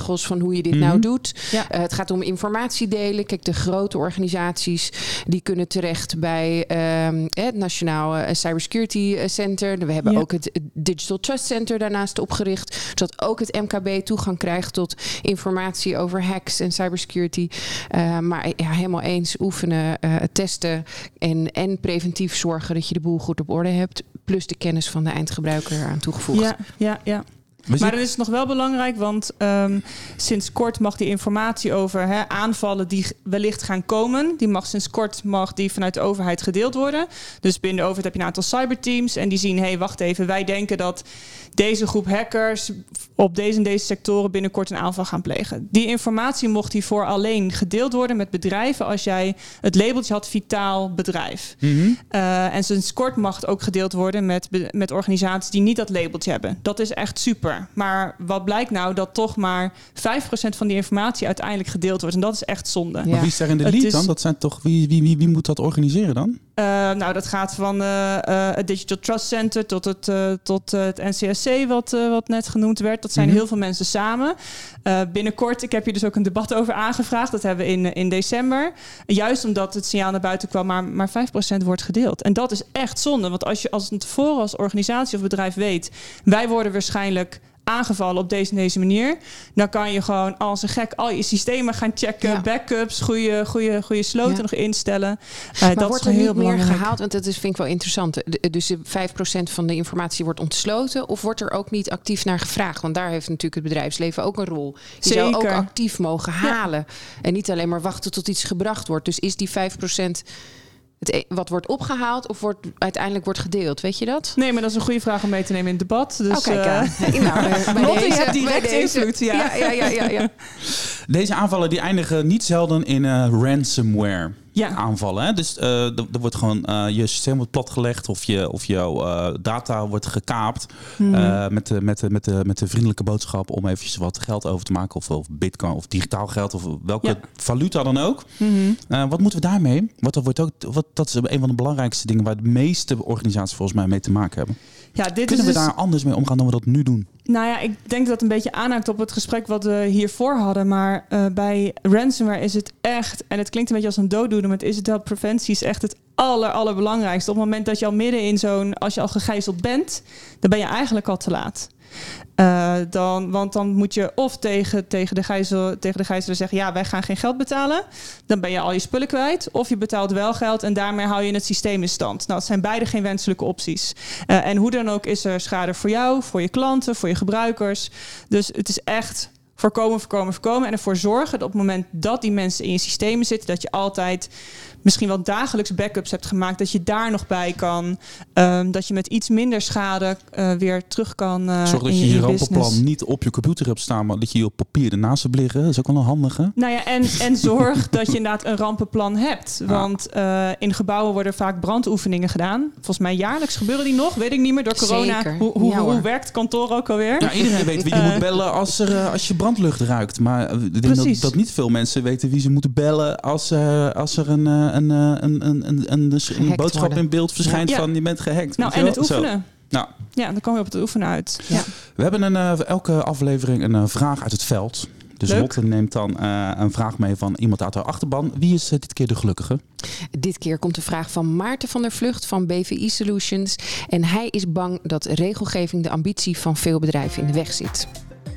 regels van hoe je dit Mm-hmm. nou doet. Ja. Uh, het gaat om informatie delen. Kijk, de grote organisaties die kunnen terecht bij um, het Nationaal uh, Cybersecurity Center. We hebben Ja. ook het Digital Trust Center daarnaast opgericht. Zodat ook het M K B toegang krijgt tot informatie over hacks en cybersecurity. Uh, maar ja, helemaal eens oefenen, uh, testen en, en preventief zorgen dat je de boel goed op orde hebt. Plus de kennis van de eindgebruiker aan toegevoegd. Ja, ja, ja. Maar dan is het nog wel belangrijk, want um, sinds kort mag die informatie over hè, aanvallen die wellicht gaan komen, die mag sinds kort mag die vanuit de overheid gedeeld worden. Dus binnen de overheid heb je een aantal cyberteams en die zien, hé, hey, wacht even, wij denken dat deze groep hackers op deze en deze sectoren binnenkort een aanval gaan plegen. Die informatie mocht hiervoor alleen gedeeld worden met bedrijven als jij het labeltje had vitaal bedrijf. Mm-hmm. Uh, en sinds kort mag het ook gedeeld worden met, met organisaties die niet dat labeltje hebben. Dat is echt super. Maar wat blijkt nou? Dat toch maar vijf procent van die informatie uiteindelijk gedeeld wordt. En dat is echt zonde. Ja. Maar wie is er in de Het lead is- dan? Dat zijn toch, wie, wie, wie, wie moet dat organiseren dan? Uh, nou, dat gaat van uh, uh, het Digital Trust Center tot het, uh, tot uh, het N C S C, wat, uh, wat net genoemd werd. Dat zijn Mhm. heel veel mensen samen. Uh, binnenkort, ik heb hier dus ook een debat over aangevraagd. Dat hebben we in, in december. Juist omdat het signaal naar buiten kwam, maar, maar vijf procent wordt gedeeld. En dat is echt zonde. Want als je als het tevoren als organisatie of bedrijf weet, wij worden waarschijnlijk aangevallen op deze en deze manier, dan kan je gewoon als een gek al je systemen gaan checken, Ja. backups, goede, goede, goede sloten Ja. nog instellen. Uh, Maar dat wordt is er heel niet meer belangrijk. gehaald? Want dat is, vind ik wel interessant. De- Dus de vijf procent van de informatie wordt ontsloten? Of wordt er ook niet actief naar gevraagd? Want daar heeft natuurlijk het bedrijfsleven ook een rol. Je zou ook Zeker. actief mogen halen. En niet alleen maar wachten tot iets gebracht wordt. Dus is die vijf procent het e- wat wordt opgehaald of wordt uiteindelijk wordt gedeeld? Weet je dat? Nee, maar dat is een goede vraag om mee te nemen in het debat. Dus, Oh, kijk eh, aan. Nou, bij- bij Lotte, je deze- hebt direct bij deze- invloed, ja. Ja, ja, ja, ja, ja. Deze aanvallen die eindigen niet zelden in uh, ransomware. Ja. Aanvallen. Hè? Dus uh, er, er wordt gewoon uh, je systeem wordt platgelegd of, je, of jouw uh, data wordt gekaapt. Hmm. Uh, met, de, met, de, met, de, met de vriendelijke boodschap om eventjes wat geld over te maken. Of, of bitcoin of digitaal geld of welke Ja. valuta dan ook. Mm-hmm. Uh, wat moeten we daarmee? Want dat, wordt ook, wat, dat is een van de belangrijkste dingen waar de meeste organisaties volgens mij mee te maken hebben. Ja, dit Kunnen is we dus, daar anders mee omgaan dan we dat nu doen? Nou ja, ik denk dat het een beetje aanhaakt op het gesprek wat we hiervoor hadden. Maar uh, bij ransomware is het echt, en het klinkt een beetje als een dooddoener, maar het is het wel, preventie is echt het aller, allerbelangrijkste. Op het moment dat je al midden in zo'n, als je al gegijzeld bent, dan ben je eigenlijk al te laat. Uh, dan, want dan moet je of tegen, tegen, de gijzel, tegen de gijzelaar zeggen, ja, wij gaan geen geld betalen. Dan ben je al je spullen kwijt. Of je betaalt wel geld en daarmee hou je het systeem in stand. Nou, het zijn beide geen wenselijke opties. Uh, en hoe dan ook is er schade voor jou, voor je klanten, voor je gebruikers. Dus het is echt voorkomen, voorkomen, voorkomen. En ervoor zorgen dat op het moment dat die mensen in je systemen zitten, dat je altijd misschien wel dagelijks backups hebt gemaakt, dat je daar nog bij kan. Um, dat je met iets minder schade uh, weer terug kan uh, Zorg dat in je je, je in je rampenplan business. niet op je computer hebt staan, maar dat je je op papier ernaast hebt liggen. Dat is ook wel een handige. Nou ja, en, en zorg dat je inderdaad een rampenplan hebt. Want uh, in gebouwen worden vaak brandoefeningen gedaan. Volgens mij jaarlijks gebeuren die nog, weet ik niet meer, door corona. Zeker. Hoe, hoe, Ja, hoor. hoe werkt kantoor ook alweer? Ja, iedereen weet wie je Uh, moet bellen als, er, uh, als je brandlucht ruikt. Maar ik denk dat, Precies. dat niet veel mensen weten wie ze moeten bellen als, uh, als er een, uh, een, uh, een, een, een, een, een Gehackt boodschap worden. in beeld verschijnt Ja. van je bent gehackt. Nou, Weet je en het wel? Zo. oefenen. Nou, Ja, dan kom je op het oefenen uit. Ja. we hebben een, uh, elke aflevering een uh, vraag uit het veld. Dus Leuk. Lotte neemt dan uh, een vraag mee van iemand uit haar achterban. Wie is uh, dit keer de gelukkige? Dit keer komt de vraag van Maarten van der Vlucht van B V I Solutions. En hij is bang dat regelgeving de ambitie van veel bedrijven in de weg zit.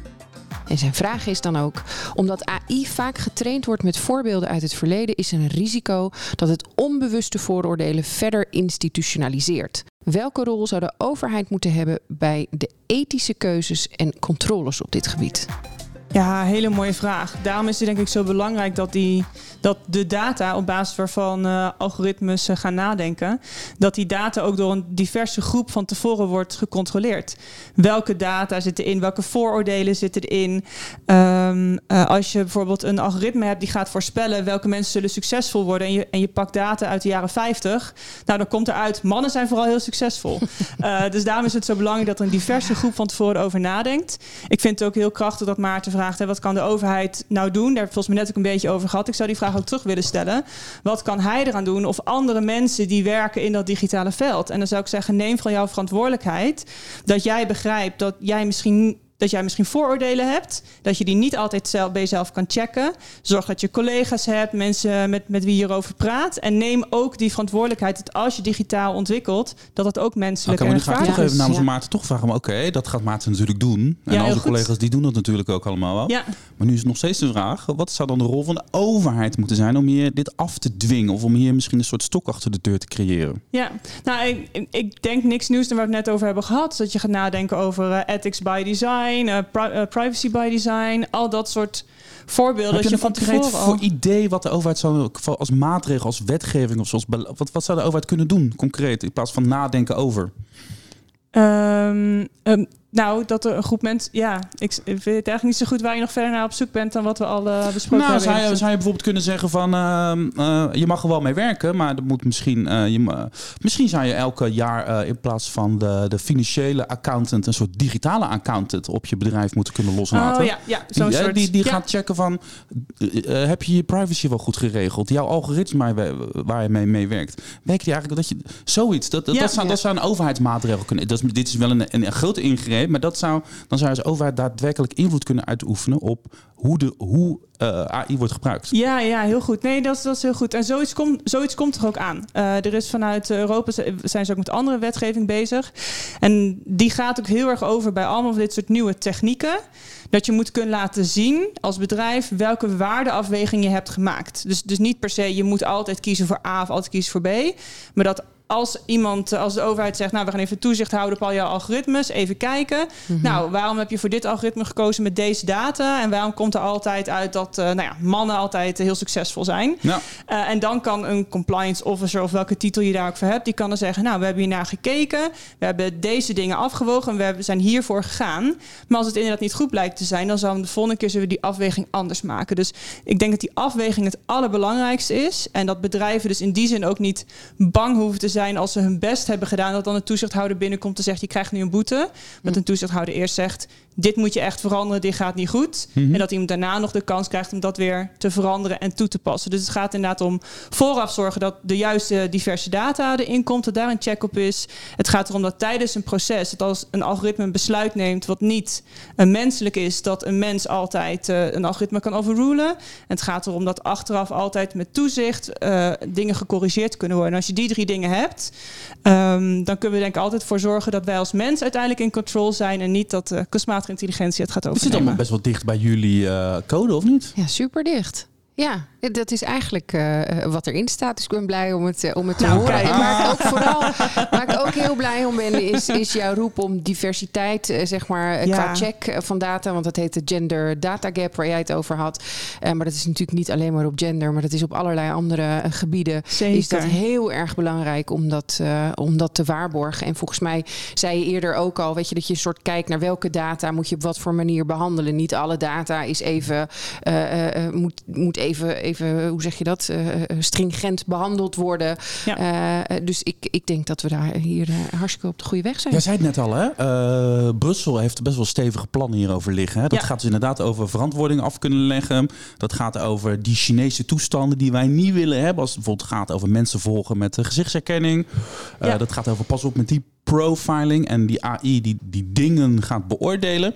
En zijn vraag is dan ook, omdat A I vaak getraind wordt met voorbeelden uit het verleden, is er een risico dat het onbewuste vooroordelen verder institutionaliseert. Welke rol zou de overheid moeten hebben bij de ethische keuzes en controles op dit gebied? Ja, hele mooie vraag. Daarom is het denk ik zo belangrijk dat, die, dat de data op basis waarvan uh, algoritmes uh, gaan nadenken, dat die data ook door een diverse groep van tevoren wordt gecontroleerd. Welke data zitten in? Welke vooroordelen zitten erin? Um, uh, als je bijvoorbeeld een algoritme hebt die gaat voorspellen welke mensen zullen succesvol worden en je, en je pakt data uit de jaren vijftig, nou dan komt eruit, mannen zijn vooral heel succesvol. uh, dus daarom is het zo belangrijk dat er een diverse groep van tevoren over nadenkt. Ik vind het ook heel krachtig dat Maarten vraagt, hè, wat kan de overheid nou doen? Daar heb ik volgens mij net ook een beetje over gehad. Ik zou die vraag ook terug willen stellen. Wat kan hij eraan doen? Of andere mensen die werken in dat digitale veld? En dan zou ik zeggen, neem van jouw verantwoordelijkheid dat jij begrijpt dat jij misschien dat jij misschien vooroordelen hebt, dat je die niet altijd zelf, bij jezelf kan checken. Zorg dat je collega's hebt, mensen met, met wie je hierover praat. En neem ook die verantwoordelijkheid dat als je digitaal ontwikkelt, dat het ook menselijk okay, en maar nu ga ik toch is. even namens ja. Maarten toch vragen. Maar oké, okay, dat gaat Maarten natuurlijk doen. En Ja, onze goed. collega's die doen dat natuurlijk ook allemaal wel. Ja. Maar nu is het nog steeds de vraag, wat zou dan de rol van de overheid moeten zijn om hier dit af te dwingen? Of om hier misschien een soort stok achter de deur te creëren? Ja, nou, ik, ik denk niks nieuws dan waar we het net over hebben gehad. Dat je gaat nadenken over uh, ethics by design, uh, pri- uh, privacy by design, al dat soort voorbeelden. Heb je dat een je van concreet tevoren voor al... idee wat de overheid zou als maatregel, als wetgeving of zoals wat, wat zou de overheid kunnen doen concreet in plaats van nadenken over? Um, um, nou, dat er een groep mensen... Ja, ik, ik weet eigenlijk niet zo goed waar je nog verder naar op zoek bent dan wat we al uh, besproken nou, hebben. Zou je, zou je bijvoorbeeld kunnen zeggen van... Uh, uh, je mag er wel mee werken, maar dat moet misschien... Uh, je, uh, misschien zou je elke jaar uh, in plaats van de, de financiële accountant... een soort digitale accountant op je bedrijf moeten kunnen loslaten. Oh ja, ja zo'n die, soort... Die, die ja. gaat checken van... Uh, heb je je privacy wel goed geregeld? Jouw algoritme waar je mee, mee werkt. Werkt die eigenlijk dat je... Zoiets, dat, dat, ja, dat, zou, ja. dat zou een overheidsmaatregel kunnen... Dat is, dit is wel een, een, een grote ingreep... Maar dat zou, dan zou je als overheid daadwerkelijk invloed kunnen uitoefenen op hoe, de, hoe uh, A I wordt gebruikt. Ja, ja, heel goed. Nee, dat, dat is heel goed. En zoiets, kom, zoiets komt er ook aan. Uh, er is vanuit Europa, zijn ze ook met andere wetgeving bezig. En die gaat ook heel erg over bij allemaal van dit soort nieuwe technieken. Dat je moet kunnen laten zien als bedrijf welke waardeafweging je hebt gemaakt. Dus, dus niet per se, je moet altijd kiezen voor A of altijd kiezen voor B. Maar dat als iemand, als de overheid zegt, nou, we gaan even toezicht houden op al jouw algoritmes, even kijken. Mm-hmm. Nou, waarom heb je voor dit algoritme gekozen met deze data? En waarom komt er altijd uit dat uh, nou ja, mannen altijd heel succesvol zijn? Ja. Uh, en dan kan een compliance officer, of welke titel je daar ook voor hebt, die kan dan zeggen, nou, we hebben hiernaar gekeken, we hebben deze dingen afgewogen en we hebben, zijn hiervoor gegaan. Maar als het inderdaad niet goed blijkt te zijn, dan zal de volgende keer zullen we die afweging anders maken. Dus ik denk dat die afweging het allerbelangrijkste is. En dat bedrijven dus in die zin ook niet bang hoeven te zijn als ze hun best hebben gedaan, dat dan een toezichthouder binnenkomt en zegt, je krijgt nu een boete. Dat een toezichthouder eerst zegt, dit moet je echt veranderen, dit gaat niet goed. Mm-hmm. En dat iemand daarna nog de kans krijgt om dat weer te veranderen en toe te passen. Dus het gaat inderdaad om vooraf zorgen dat de juiste diverse data erin komt, dat daar een check op is. Het gaat erom dat tijdens een proces, dat als een algoritme een besluit neemt wat niet een menselijk is, dat een mens altijd uh, een algoritme kan overrulen. En het gaat erom dat achteraf altijd met toezicht uh, dingen gecorrigeerd kunnen worden. En als je die drie dingen hebt, Um, dan kunnen we denk ik altijd voor zorgen dat wij als mens uiteindelijk in control zijn en niet dat uh, kunstmatige intelligentie het gaat overnemen. Het zit allemaal best wel dicht bij jullie uh, code, of niet? Ja, super dicht. Ja, dat is eigenlijk uh, wat erin staat. Dus ik ben blij om het, uh, om het te nou, horen. kijk. En waar ik ook vooral waar ik ook heel blij om ben, is, is jouw roep om diversiteit, uh, zeg maar, uh, ja. qua check van data. Want dat heet de Gender Data Gap, waar jij het over had. Uh, maar dat is natuurlijk niet alleen maar op gender, maar dat is op allerlei andere uh, gebieden. Zeker. Is dat heel erg belangrijk om dat, uh, om dat te waarborgen. En volgens mij zei je eerder ook al, weet je, dat je een soort kijkt naar welke data moet je op wat voor manier behandelen. Niet alle data is even, uh, uh, moet, moet even Even, even, hoe zeg je dat, uh, stringent behandeld worden. Ja. Uh, dus ik, ik denk dat we daar hier uh, hartstikke op de goede weg zijn. Jij zei het net al, hè? Uh, Brussel heeft best wel stevige plannen hierover liggen. Hè? Dat ja. gaat dus inderdaad over verantwoording af kunnen leggen. Dat gaat over die Chinese toestanden die wij niet willen hebben. Als het bijvoorbeeld gaat over mensen volgen met uh, gezichtsherkenning. Uh, ja. Dat gaat over pas op met die profiling en die A I die die dingen gaat beoordelen.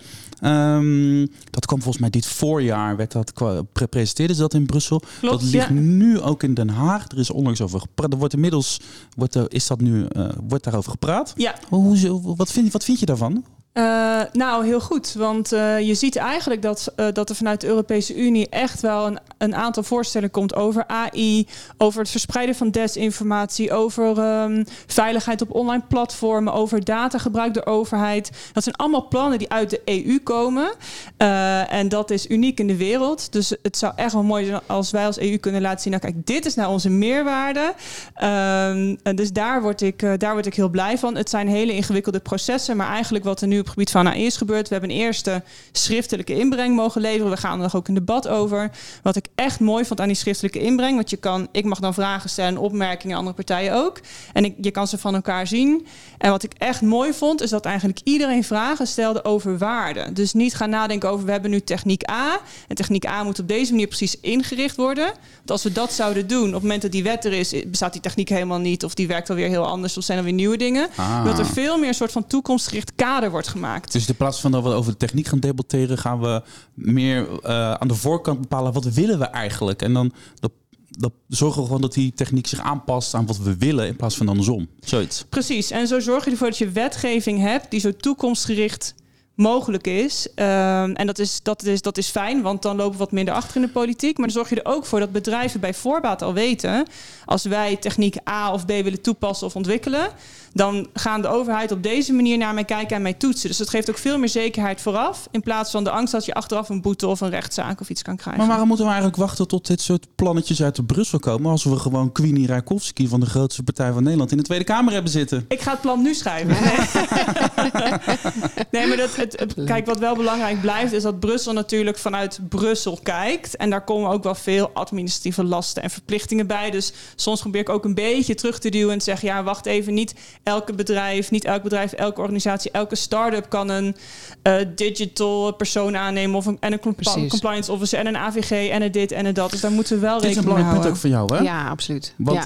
Um, dat kwam volgens mij dit voorjaar, werd dat gepresenteerd, is dat in Brussel. Klopt, dat ligt ja. nu ook in Den Haag. Er is onlangs over gepraat. Er wordt inmiddels, wordt er, is dat nu, uh, wordt daarover gepraat. Ja. Hoe, wat, vind, wat vind je daarvan? Uh, nou, heel goed. Want uh, je ziet eigenlijk dat, uh, dat er vanuit de Europese Unie echt wel een, een aantal voorstellen komt over A I, over het verspreiden van desinformatie, over um, veiligheid op online platformen, over datagebruik door overheid. Dat zijn allemaal plannen die uit de E U komen. Uh, en dat is uniek in de wereld. Dus het zou echt wel mooi zijn als wij als E U kunnen laten zien, nou kijk, dit is nou onze meerwaarde. Um, dus daar word, ik, uh, daar word ik heel blij van. Het zijn hele ingewikkelde processen, maar eigenlijk wat er nu op het gebied van A I is gebeurd. We hebben een eerste schriftelijke inbreng mogen leveren. We gaan er nog ook een debat over. Wat ik echt mooi vond aan die schriftelijke inbreng, want je kan, ik mag dan vragen stellen, opmerkingen, andere partijen ook. En ik, je kan ze van elkaar zien. En wat ik echt mooi vond, is dat eigenlijk iedereen vragen stelde over waarde. Dus niet gaan nadenken over, we hebben nu techniek A. En techniek A moet op deze manier precies ingericht worden. Want als we dat zouden doen, op het moment dat die wet er is, bestaat die techniek helemaal niet. Of die werkt alweer heel anders, of zijn er weer nieuwe dingen. Ah. Dat er veel meer een soort van toekomstgericht kader wordt gemaakt. Dus in plaats van dat we over de techniek gaan debatteren, gaan we meer uh, aan de voorkant bepalen wat willen we eigenlijk. En dan dat, dat zorgen we gewoon dat die techniek zich aanpast aan wat we willen in plaats van andersom. Zoiets. Precies. En zo zorg je ervoor dat je wetgeving hebt die zo toekomstgericht mogelijk is. Um, en dat is, dat, is, dat is fijn, want dan lopen we wat minder achter in de politiek. Maar dan zorg je er ook voor dat bedrijven bij voorbaat al weten, als wij techniek A of B willen toepassen of ontwikkelen, dan gaan de overheid op deze manier naar mij kijken en mij toetsen. Dus dat geeft ook veel meer zekerheid vooraf, in plaats van de angst dat je achteraf een boete of een rechtszaak of iets kan krijgen. Maar waarom moeten we eigenlijk wachten tot dit soort plannetjes uit de Brussel komen, als we gewoon Queenie Rijkowski van de grootste partij van Nederland in de Tweede Kamer hebben zitten? Ik ga het plan nu schrijven. Nee, maar dat, het, het, kijk, wat wel belangrijk blijft, is dat Brussel natuurlijk vanuit Brussel kijkt. En daar komen ook wel veel administratieve lasten en verplichtingen bij. Dus soms probeer ik ook een beetje terug te duwen en te zeggen, ja, wacht even, niet elke bedrijf, niet elk bedrijf, elke organisatie, elke start-up kan een uh, digital persoon aannemen of een, en een comp- compliance officer en een A V G en een dit en een dat. Dus daar moeten we wel rekening mee houden. Dit is een belangrijk punt ook voor jou, hè? Ja, absoluut. Want ja.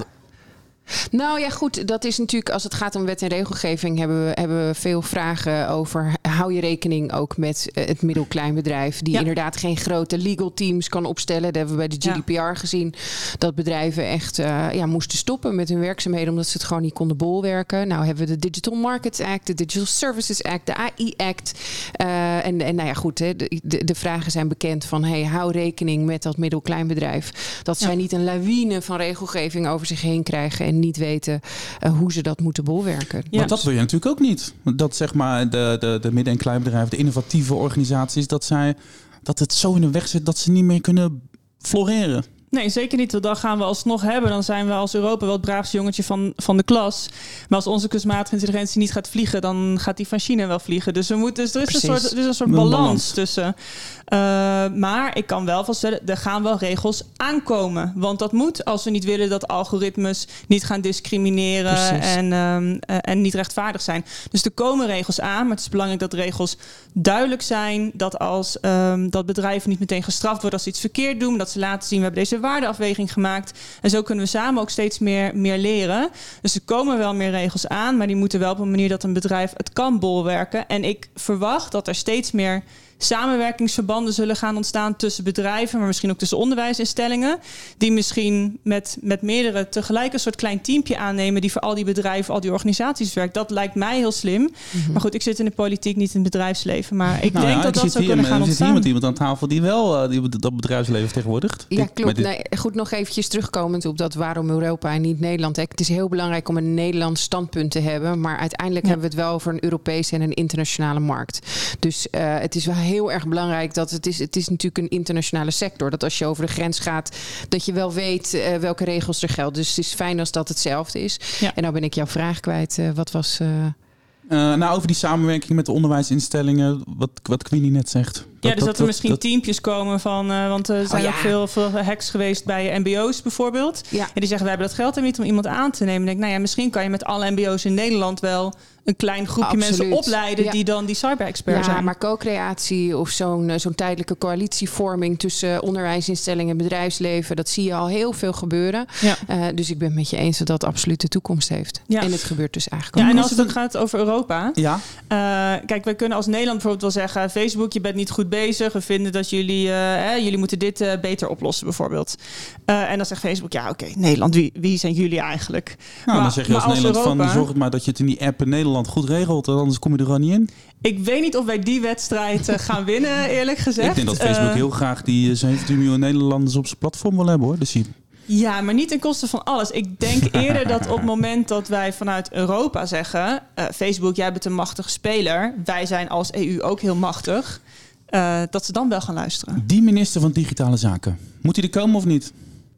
Nou ja, goed, dat is natuurlijk, als het gaat om wet en regelgeving, hebben we, hebben we veel vragen over. Hou je rekening ook met uh, het middelkleinbedrijf, die ja. inderdaad geen grote legal teams kan opstellen. Dat hebben we bij de G D P R ja. gezien, dat bedrijven echt uh, ja, moesten stoppen met hun werkzaamheden omdat ze het gewoon niet konden bolwerken. Nou hebben we de Digital Markets Act, de Digital Services Act, de A I Act. Uh, en, en nou ja, goed, hè, de, de, de vragen zijn bekend van, hey, hou rekening met dat middelkleinbedrijf. Dat ja. zij niet een lawine van regelgeving over zich heen krijgen en niet weten uh, hoe ze dat moeten bolwerken. Ja. Maar dat wil je natuurlijk ook niet. Dat zeg maar de, de, de midden- en kleinbedrijven, de innovatieve organisaties, dat, zij, dat het zo in de weg zit dat ze niet meer kunnen floreren. Nee, zeker niet. Dan gaan we alsnog hebben. Dan zijn we als Europa wel het braafste jongetje van, van de klas. Maar als onze kunstmatige intelligentie niet gaat vliegen, dan gaat die van China wel vliegen. Dus, we moeten, dus er is Precies. een soort, er is een soort balans, balans tussen. Uh, maar ik kan wel vaststellen, er gaan wel regels aankomen. Want dat moet als we niet willen dat algoritmes niet gaan discrimineren en, um, uh, en niet rechtvaardig zijn. Dus er komen regels aan, maar het is belangrijk dat de regels duidelijk zijn. Dat als um, dat bedrijven niet meteen gestraft worden als ze iets verkeerd doen. Dat ze laten zien, we hebben deze waardeafweging gemaakt. En zo kunnen we samen ook steeds meer, meer leren. Dus er komen wel meer regels aan, maar die moeten wel op een manier dat een bedrijf het kan bolwerken. En ik verwacht dat er steeds meer samenwerkingsverbanden zullen gaan ontstaan tussen bedrijven, maar misschien ook tussen onderwijsinstellingen, die misschien met, met meerdere tegelijk een soort klein teampje aannemen die voor al die bedrijven, al die organisaties werkt. Dat lijkt mij heel slim. Mm-hmm. Maar goed, ik zit in de politiek, niet in het bedrijfsleven. Maar ik nou denk ja, dat ik dat zou kunnen gaan ontstaan. Er zit iemand aan tafel die wel uh, die dat bedrijfsleven vertegenwoordigt. Ja, klopt. Dit... Nee, goed, nog eventjes terugkomend op dat waarom Europa en niet Nederland. Hè. Het is heel belangrijk om een Nederlands standpunt te hebben, maar uiteindelijk ja. hebben we het wel over een Europese en een internationale markt. Dus uh, het is wel heel erg belangrijk dat het is, het is natuurlijk een internationale sector. Dat als je over de grens gaat, dat je wel weet uh, welke regels er gelden. Dus het is fijn als dat hetzelfde is. Ja. En nou ben ik jouw vraag kwijt. Uh, wat was... Uh... Uh, nou, over die samenwerking met de onderwijsinstellingen, wat, wat Queenie net zegt. Dat, ja, dus dat, dat er misschien dat, teampjes komen van, uh, want er zijn oh, ja. ook veel, veel hacks geweest bij M B O's bijvoorbeeld. Ja. En die zeggen, wij hebben dat geld er niet om iemand aan te nemen. En denk, nou ja, misschien kan je met alle M B O's in Nederland wel een klein groepje Absoluut. mensen opleiden ja. die dan die cyber-expert ja, zijn. Ja, maar co-creatie of zo'n, zo'n tijdelijke coalitievorming tussen onderwijsinstellingen en bedrijfsleven, dat zie je al heel veel gebeuren. Ja. Uh, dus ik ben het met je eens dat dat absoluut de toekomst heeft. Ja. En het gebeurt dus eigenlijk ja, ook. En als het dan gaat over Europa. Ja. Uh, kijk, wij kunnen als Nederland bijvoorbeeld wel zeggen, Facebook, je bent niet goed bezig. We vinden dat jullie, uh, eh, jullie moeten dit uh, beter oplossen bijvoorbeeld. Uh, en dan zegt Facebook, ja oké, okay, Nederland, wie, wie zijn jullie eigenlijk? Nou, maar, dan zeg je als, als Nederland Europa, van, zorg het maar dat je het in die app in Nederland goed regelt, anders kom je er gewoon niet in. Ik weet niet of wij die wedstrijd uh, gaan winnen, eerlijk gezegd. Ik denk dat Facebook uh, heel graag die zeventien miljoen Nederlanders op zijn platform wil hebben, hoor. Dus die... Ja, maar niet ten koste van alles. Ik denk eerder dat op het moment dat wij vanuit Europa zeggen, uh, Facebook, jij bent een machtige speler. Wij zijn als E U ook heel machtig. Uh, dat ze dan wel gaan luisteren. Die minister van Digitale Zaken, moet hij er komen of niet?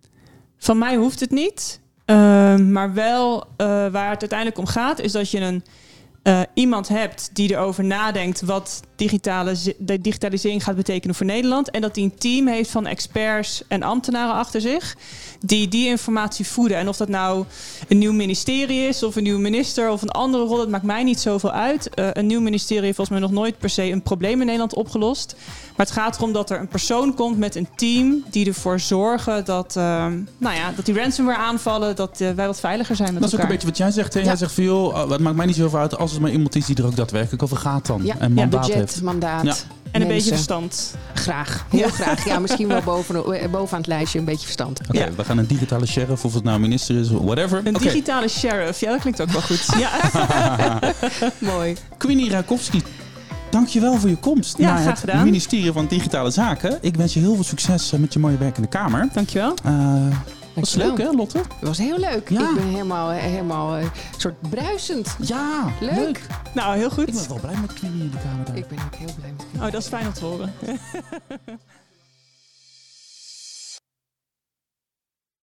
Van mij hoeft het niet. Uh, maar wel uh, waar het uiteindelijk om gaat, is dat je een uh, iemand hebt die erover nadenkt wat digitale, de digitalisering gaat betekenen voor Nederland. En dat die een team heeft van experts en ambtenaren achter zich die die informatie voeden. En of dat nou een nieuw ministerie is of een nieuwe minister of een andere rol, dat maakt mij niet zoveel uit. Uh, een nieuw ministerie heeft volgens mij nog nooit per se een probleem in Nederland opgelost. Maar het gaat erom dat er een persoon komt met een team die ervoor zorgen dat, uh, nou ja, dat die ransomware aanvallen, dat uh, wij wat veiliger zijn met dat elkaar. Dat is ook een beetje wat jij zegt. Hè? Ja. Jij zegt van, joh, het maakt mij niet zoveel uit als als het maar iemand is die er ook daadwerkelijk over gaat dan. Ja, en mandaat budget, heeft. mandaat. Ja. En een mensen. beetje verstand. Graag, heel Ja. graag. Ja, misschien wel boven, bovenaan het lijstje een beetje verstand. Oké, Ja. we gaan een digitale sheriff, of het nou een minister is, whatever. Een Oké. digitale sheriff. Ja, dat klinkt ook wel goed. Ja, Mooi. Queenie Rakowski, dankjewel voor je komst Ja, naar graag het gedaan. ministerie van Digitale Zaken. Ik wens je heel veel succes met je mooie werk in de Kamer. dankjewel. Uh, was Dankjewel. leuk hè, Lotte? Het was heel leuk. Ja. Ik ben helemaal, helemaal een soort bruisend. Ja, Leuk. leuk. Nou, heel Ik ben goed. wel blij met Queenie in de Kamer daar. Ik ben ook heel blij met Oh, dat is fijn om te horen.